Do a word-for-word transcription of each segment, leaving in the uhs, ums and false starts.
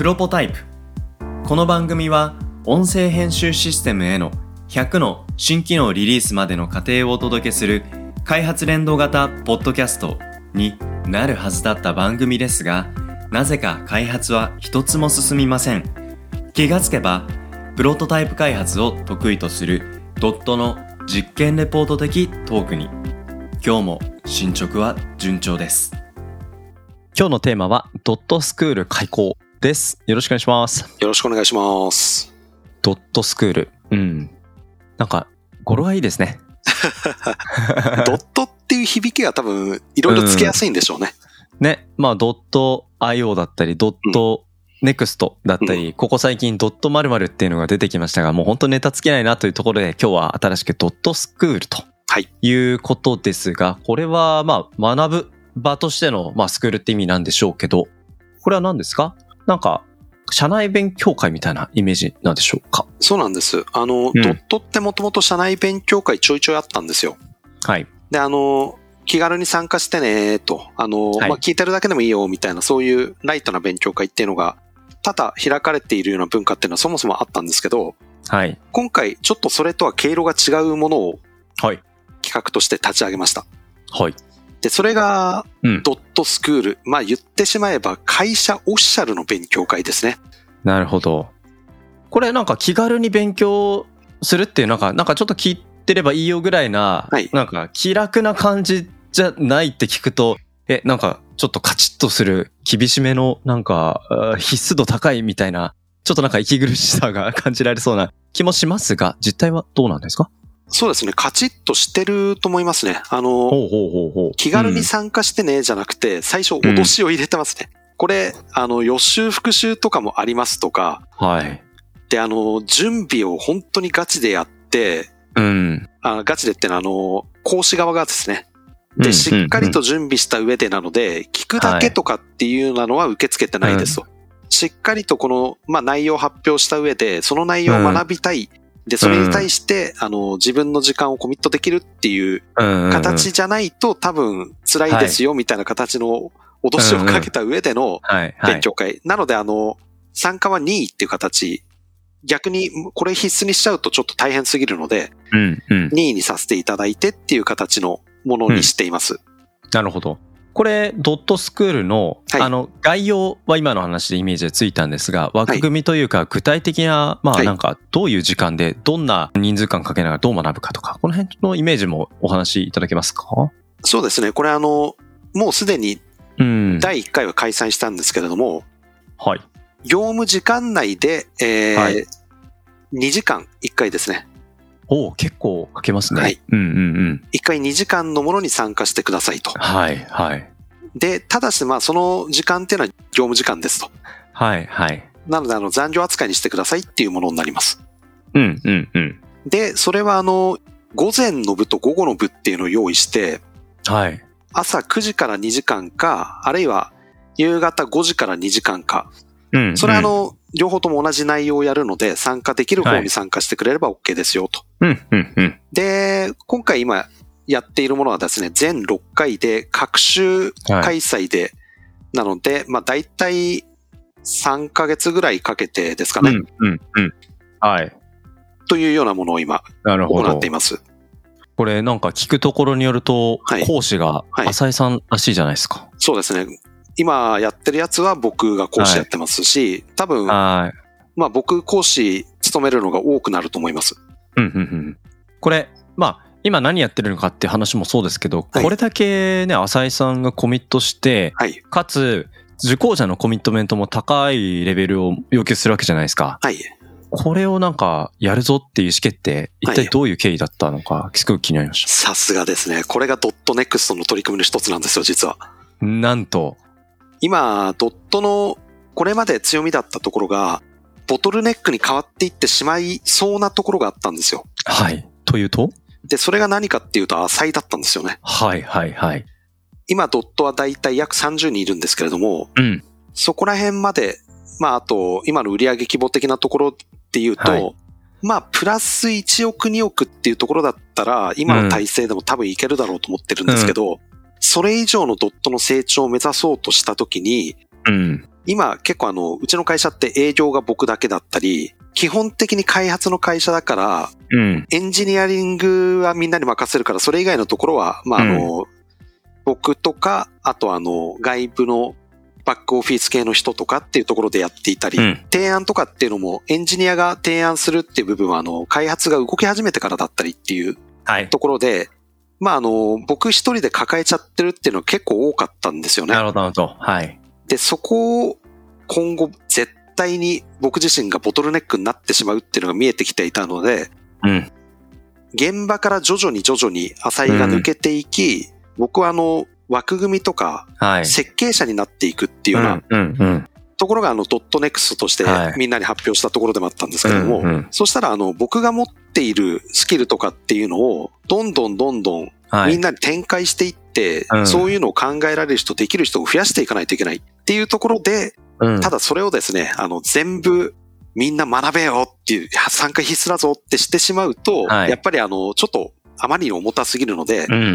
プロポタイプ。この番組は音声編集システムへのひゃくの新機能リリースまでの過程をお届けする開発連動型ポッドキャストになるはずだった番組ですが、なぜか開発は一つも進みません。気がつけばプロトタイプ開発を得意とするドットの実験レポート的トークに、今日も進捗は順調です。今日のテーマはドットスクール開講です。よろしくお願いします。 よろしくお願いします。 ドットスクール、うん、なんか語呂がいいですね。 ドットっていう響きが多分いろいろつけやすいんでしょうね。 うん、ね、まあドット アイオー だったりドットネクストだったり、うん、ここ最近ドット〇〇っていうのが出てきましたが、もう本当ネタつけないなというところで今日は新しくドットスクールということですが、これはまあ学ぶ場としてのまあスクールって意味なんでしょうけど、これは何ですか？なんか社内勉強会みたいなイメージなんでしょうか？ そうなんです。あの、うん、ドットってもともと社内勉強会ちょいちょいあったんですよ。 はい。 で、あの、気軽に参加してねと、あの、はい、まあ、聞いてるだけでもいいよみたいな、そういうライトな勉強会っていうのが多々開かれているような文化っていうのはそもそもあったんですけど、 はい。 今回ちょっとそれとは経路が違うものをはい。 企画として立ち上げました。 はい。 で、それが、ドットスクール、うん。まあ言ってしまえば会社オフィシャルの勉強会ですね。 なるほど。これなんか気軽に勉強するっていうなんか、なんかちょっと聞いてればいいよぐらいな、はい、なんか気楽な感じじゃないって聞くと、え、なんかちょっとカチッとする厳しめのなんか必須度高いみたいな、ちょっとなんか息苦しさが感じられそうな気もしますが、実態はどうなんですか？ そうですね。カチッとしてると思いますね。あの、 ほうほうほうほう、 気軽に参加してね、じゃなくて、最初脅しを入れてますね。うん、これ、あの、予習復習とかもありますとか。 はい。 で、あの、準備を本当にガチでやって、 うん。 あガチでってのは、あの、講師側がですね。で、しっかりと準備した上でなので、聞くだけとかっていうのは受け付けてないですと。はい、しっかりとこの、まあ、内容を発表した上で、その内容を学びたい。うんで、それに対して、うん、あの、自分の時間をコミットできるっていう形じゃないと多分辛いですよみたいな形の脅しをかけた上での勉強会。なので、あの、参加は任意っていう形。逆にこれ必須にしちゃうとちょっと大変すぎるので、 うんうん、 任意にさせていただいてっていう形のものにしています。うん、 なるほど。これドットスクールの、はい、あの概要は今の話でイメージでついたんですが、枠組みというか具体的な、まあなんかどういう時間でどんな人数間かけながらどう学ぶかとか、この辺のイメージもお話しいただけますか？ そうですね。これあのもうすでにだいいっかいは開催したんですけれども、 うん、はい。 業務時間内で、えーはい、にじかんいっかいですね。 おお、結構かけますね。 はい。 うんうんうん。 いっかいにじかんのものに参加してくださいと。 はいはい。 で、ただしまあその時間っていうのは業務時間ですと。 はいはい。 なのであの残業扱いにしてくださいっていうものになります。 うんうんうん。 で、それはあの午前の部と午後の部っていうのを用意して、 はい。 朝くじからにじかんか、あるいは夕方ごじからにじかんか。 うん、うん。 それはあの両方とも同じ内容をやるので、参加できる方に参加してくれれば OK ですよと。 はい、うんうんうん。 で、今回今やっているものはですね、全ろっかいで、各週開催で、はい、なので、まあ大体さんかげつぐらいかけてですかね。 うんうんうん。はい。 というようなものを今、行っています。 これなんか聞くところによると、はい、講師が浅井さんらしいじゃないですか。 はい、そうですね。今やってるやつは僕が講師やってますし、はい、多分、はい、まあ僕講師務めるのが多くなると思います。 うんうんうん。これ、まあ今何やってるのかっていう話もそうですけど、はい、これだけね、浅井さんがコミットして、はい、かつ受講者のコミットメントも高いレベルを要求するわけじゃないですか。 はい。 これをなんかやるぞっていう意思決定、一体どういう経緯だったのか、すごく気になりました。 さすがですね。これがドットネクストの取り組みの一つなんですよ、実は。 なんと。 今、ドットのこれまで強みだったところが、ボトルネックに変わっていってしまいそうなところがあったんですよ。 はい。というと？ で、それが何かっていうと浅いだったんですよね。 はいはいはい。 今、ドットはだいたい約さんじゅうにんいるんですけれども、 うん、 そこら辺まで、まあ、あと、今の売上規模的なところっていうと、はい、まあ、プラスいちおくにおくっていうところだったら、今の体制でも多分いけるだろうと思ってるんですけど、うん、それ以上のドットの成長を目指そうとしたときに、 うん、 今結構あの、うちの会社って営業が僕だけだったり、基本的に開発の会社だから、うん、エンジニアリングはみんなに任せるから、それ以外のところは、まあ、あの、うん、僕とか、あとあの、外部のバックオフィス系の人とかっていうところでやっていたり、うん、提案とかっていうのもエンジニアが提案するっていう部分は、あの、開発が動き始めてからだったりっていうところで、はい、まああの、僕一人で抱えちゃってるっていうのは結構多かったんですよね。 なるほど、なるほど。はい。 で、そこを今後絶対に僕自身がボトルネックになってしまうっていうのが見えてきていたので、うん、現場から徐々に徐々に浅井が抜けていき、うん、僕はあの枠組みとか設計者になっていくっていうようなところがあのドットネクストとしてみんなに発表したところでもあったんですけれども、そしたらあの僕が持っているスキルとかっていうのをどんどんどんどんみんなに展開していって、そういうのを考えられる人、できる人を増やしていかないといけないっていうところで、ただそれをですね、あの全部みんな学べよっていう、参加必須だぞってしてしまうと、はい、やっぱりあの、ちょっとあまりに重たすぎるので、うんうん、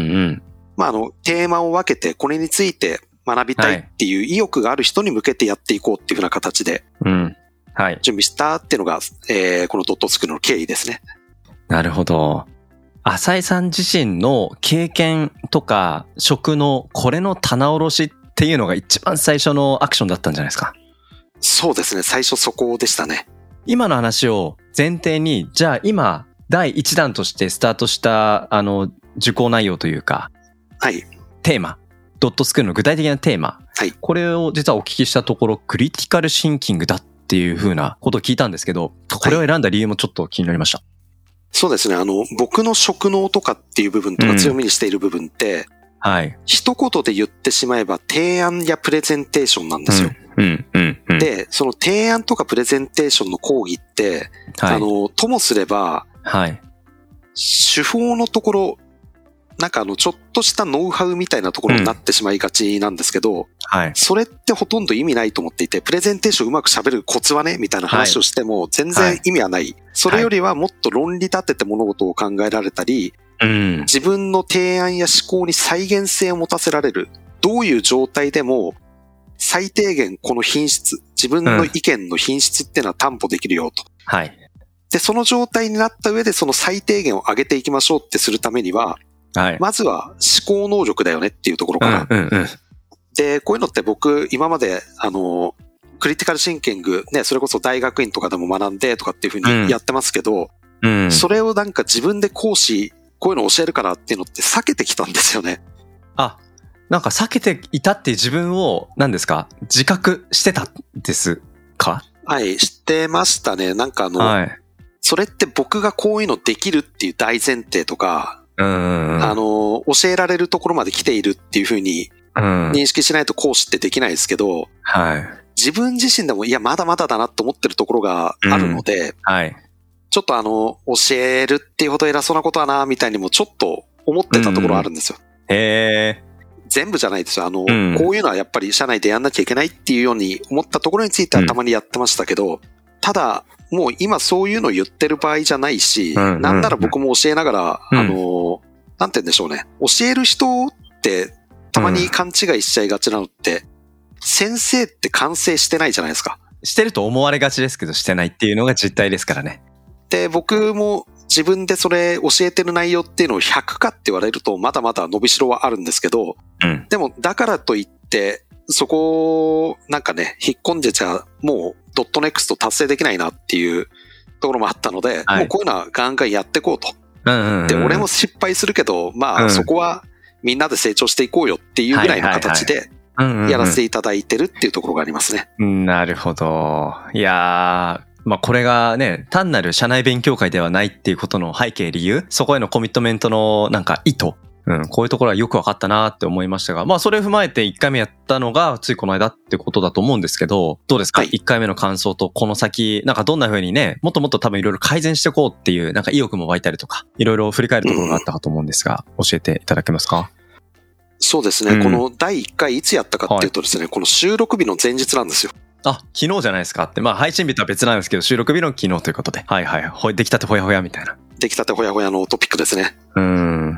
まああの、テーマを分けてこれについて学びたいっていう意欲がある人に向けてやっていこうっていうふうな形で、準備したっていうのが、えー、このドットスクールの経緯ですね。 なるほど。浅井さん自身の経験とか職のこれの棚卸しっていうのが一番最初のアクションだったんじゃないですか？ そうですね。最初そこでしたね。 今の話を前提に、じゃあ今だいいち弾としてスタートしたあの受講内容というか、 はい。 テーマ、ドットスクールの具体的なテーマ、はい。これを実はお聞きしたところ、クリティカルシンキングだっていう風なことを聞いたんですけど、これを選んだ理由もちょっと気になりました。はい、 そうですね。あの、僕の職能とかっていう部分とか強みにしている部分って、うん、はい。一言で言ってしまえば提案やプレゼンテーションなんですよ。うんうんうんうん、で、その提案とかプレゼンテーションの講義って、はい、あの、ともすれば、はい、手法のところ、なんかあの、ちょっとしたノウハウみたいなところになってしまいがちなんですけど、うんはい、それってほとんど意味ないと思っていて、プレゼンテーションうまく喋るコツはね、みたいな話をしても全然意味はない。はい、それよりはもっと論理立てて物事を考えられたり、うん、自分の提案や思考に再現性を持たせられる。どういう状態でも、最低限この品質、自分の意見の品質っていうのは担保できるよと。はい。で、その状態になった上でその最低限を上げていきましょうってするためには、はい。まずは思考能力だよねっていうところから。うんうんうん、で、こういうのって僕今まで、あの、クリティカルシンキングね、それこそ大学院とかでも学んでとかっていうふうにやってますけど、うんうん、それをなんか自分で講師、こういうの教えるからっていうのって避けてきたんですよね。 あ、なんか避けていたっていう自分を何ですか自覚してたんですか？ はい、知ってましたね。なんかあの、はい、それって僕がこういうのできるっていう大前提とか、うんうんうん、あの、教えられるところまで来ているっていうふうに認識しないと講師ってできないですけど、はい、自分自身でもいやまだまだだなと思ってるところがあるので、うんはい、ちょっとあの、教えるっていうほど偉そうなことはな、みたいにもちょっと思ってたところあるんですよ。うん、へー。全部じゃないですよ。あの、うん、こういうのはやっぱり社内でやんなきゃいけないっていうように思ったところについてはたまにやってましたけど、うん、ただ、もう今そういうのを言ってる場合じゃないし、うんうんうん、なんなら僕も教えながら、うん、あの、なんて言うんでしょうね。教える人ってたまに勘違いしちゃいがちなのって、うん、先生って完成してないじゃないですか。 してると思われがちですけど、してないっていうのが実態ですからね。 で、僕も自分でそれ教えてる内容っていうのをひゃくかって言われるとまだまだ伸びしろはあるんですけど、うん、でもだからといってそこをなんかね引っ込んでちゃもうドットネクスト達成できないなっていうところもあったので、はい、もうこういうのはガンガンやっていこうと、うんうんうん、で俺も失敗するけどまあ、うん、そこはみんなで成長していこうよっていうぐらいの形でやらせていただいてるっていうところがありますね。 なるほど。いやーまあこれがね、単なる社内勉強会ではないっていうことの背景理由、そこへのコミットメントのなんか意図、うん、こういうところはよく分かったなって思いましたが、まあそれを踏まえていっかいめやったのがついこの間ってことだと思うんですけど、どうですか、はい、いっかいめの感想とこの先、なんかどんな風にね、もっともっと多分いろいろ改善していこうっていうなんか意欲も湧いたりとか、いろいろ振り返るところがあったかと思うんですが、うん、教えていただけますか？ そうですね、うん、このだいいっかいいつやったかっていうとですね、はい、この収録日の前日なんですよ。 あ、昨日じゃないですかって。まあ配信日とは別なんですけど、収録日の昨日ということで。はいはい。ほできたてほやほやみたいな。 できたてほやほやのトピックですね。うん。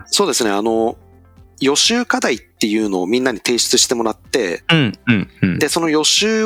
そうですね。あの、予習課題っていうのをみんなに提出してもらって、うんうんうん、で、その予習をやっ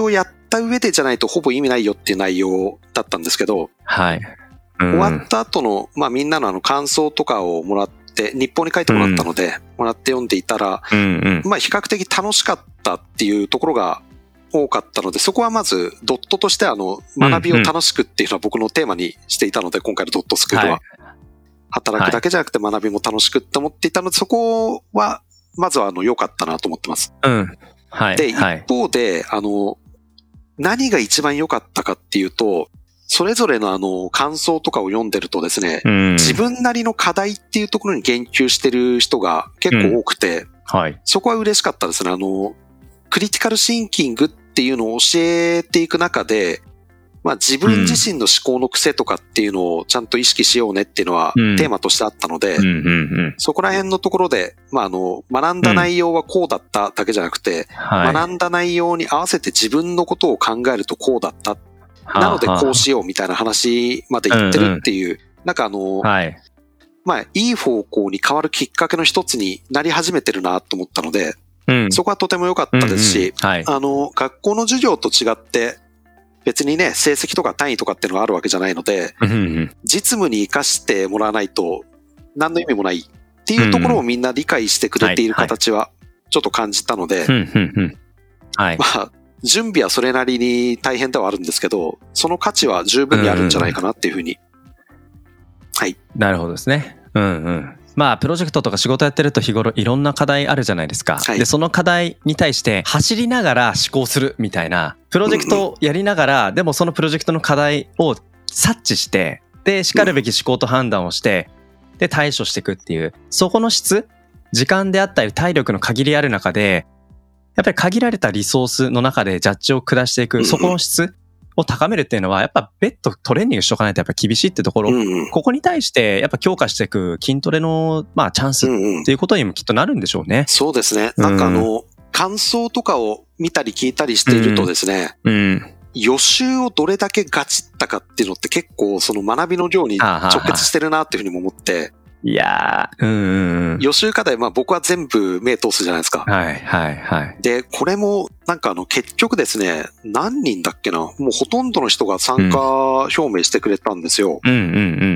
った上でじゃないとほぼ意味ないよっていう内容だったんですけど、 はい。 うん、終わった後の、まあみんなのあの感想とかをもらって、日報に書いてもらったので、うん、もらって読んでいたら、うんうん、まあ比較的楽しかったっていうところが多かったので、そこはまずドットとしてあの、学びを楽しくっていうのは僕のテーマにしていたので、今回のドットスクールは。はい、働くだけじゃなくて学びも楽しくって思っていたので、そこは、まずはあの、良かったなと思ってます。 うん。はい。 で、一方で、あの、何が一番良かったかっていうと、それぞれのあの、感想とかを読んでるとですね、うん、自分なりの課題っていうところに言及してる人が結構多くて、うん、はい。そこは嬉しかったですね。あの、クリティカルシンキングっていうのを教えていく中で、まあ自分自身の思考の癖とかっていうのをちゃんと意識しようねっていうのはテーマとしてあったので、そこら辺のところで、まああの、学んだ内容はこうだっただけじゃなくて、学んだ内容に合わせて自分のことを考えるとこうだった。なのでこうしようみたいな話まで言ってるっていう、なんかあの、まあいい方向に変わるきっかけの一つになり始めてるなと思ったので、そこはとても良かったですし、あの、学校の授業と違って、別にね、成績とか単位とかっていうのがあるわけじゃないので、うんうん、実務に活かしてもらわないと何の意味もないっていうところをみんな理解してくれている形はちょっと感じたので、まあ、準備はそれなりに大変ではあるんですけど、その価値は十分にあるんじゃないかなっていうふうに。はい。 なるほどですね。うんうん。まあプロジェクトとか仕事やってると日頃いろんな課題あるじゃないですか、はい、でその課題に対して走りながら思考するみたいなプロジェクトをやりながら、でもそのプロジェクトの課題を察知してでしかるべき思考と判断をしてで対処していくっていう、そこの質、時間であったり体力の限りある中でやっぱり限られたリソースの中でジャッジを下していく、そこの質を高めるっていうのはやっぱ別途トレーニングしとかないとやっぱ厳しいってところ、うんうん、ここに対してやっぱ強化していく筋トレのまあチャンスっていうことにもきっとなるんでしょうね。うんうん、 そうですね。なんかあの、うん、感想とかを見たり聞いたりしているとですね、うんうん、予習をどれだけガチったかっていうのって結構その学びの量に直結してるなっていうふうにも思って、 いやー、うんうんうん、 予習課題、まあ僕は全部目通すじゃないですか。 はいはいはい。 で、これもなんかあの結局ですね、何人だっけな、もうほとんどの人が参加表明してくれたんですよ。うんうんうん、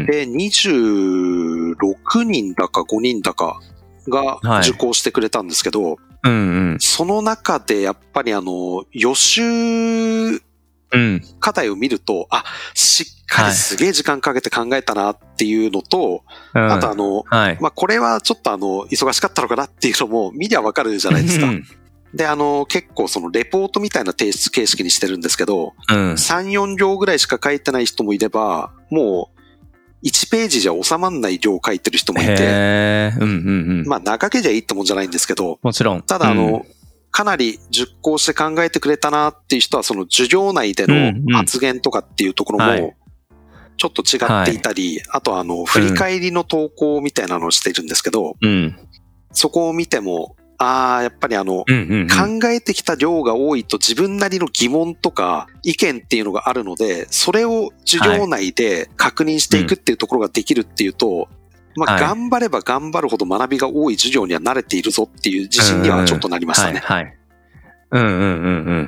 で、にじゅうろくにんだかごにんだかが受講してくれたんですけど、はい、うんうん、その中でやっぱりあの予習うん、課題を見ると、あ、しっかりすげえ時間かけて考えたなっていうのと、はい、あとあの、はい、まあ、これはちょっとあの、忙しかったのかなっていうのも見りゃわかるじゃないですか。で、あの、結構そのレポートみたいな提出形式にしてるんですけど、うん、さん、よん行ぐらいしか書いてない人もいれば、もういちページじゃ収まんない量書いてる人もいて、へー、うんうんうん、まあ、長けりゃいいってもんじゃないんですけど、 もちろん。 ただあの、うん、かなり熟考して考えてくれたなっていう人は、その授業内での発言とかっていうところも、ちょっと違っていたり、はい、あとあの、振り返りの投稿みたいなのをしているんですけど、うん、そこを見ても、ああ、やっぱりあの、うんうんうん、考えてきた量が多いと自分なりの疑問とか意見っていうのがあるので、それを授業内で確認していくっていうところができるっていうと、まあ、頑張れば頑張るほど学びが多い授業には慣れているぞっていう自信にはちょっとなりましたね。 はい、はい。うんうんうんうん。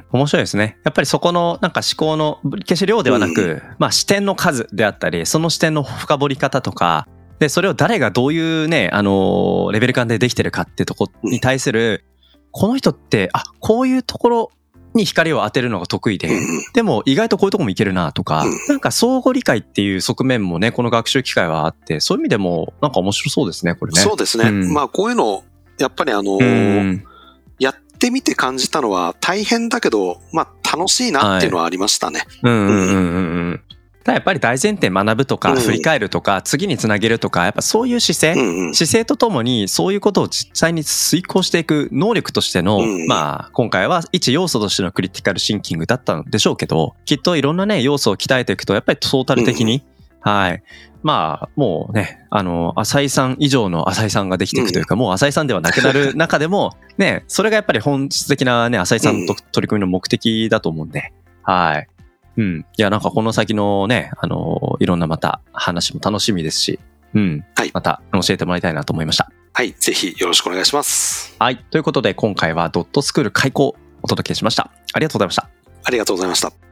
面白いですね。やっぱりそこのなんか思考の決して量ではなく、うん、まあ視点の数であったり、その視点の深掘り方とか、で、それを誰がどういうね、あのー、レベル感でできてるかっていうところに対する、うん、この人って、あ、こういうところに光を当てるのが得意で、うん、でも意外とこういうとこもいけるなとか、うん、なんか相互理解っていう側面もね、この学習機会はあって、そういう意味でもなんか面白そうですね、これね。 そうですね。うん、まあこういうの、やっぱりあのーうん、やってみて感じたのは大変だけど、まあ楽しいなっていうのはありましたね。はい、うんうんうんうん。 ただやっぱり大前提学ぶとか振り返るとか次につなげるとかやっぱそういう姿勢、うんうん、姿勢とともにそういうことを実際に遂行していく能力としての、うん、まあ今回は一要素としてのクリティカルシンキングだったんでしょうけど、きっといろんなね要素を鍛えていくとやっぱりトータル的に、うん、はいまあもうねあの浅井さん以上の浅井さんができていくというか、うん、もう浅井さんではなくなる中でもねそれがやっぱり本質的なね浅井さんと取り組みの目的だと思うんで、はい。うん。いや、なんかこの先のね、あの、いろんなまた話も楽しみですし、うん。はい。また教えてもらいたいなと思いました。 はい。ぜひよろしくお願いします。 はい。ということで、今回はドットスクール開講をお届けしました。ありがとうございました。 ありがとうございました。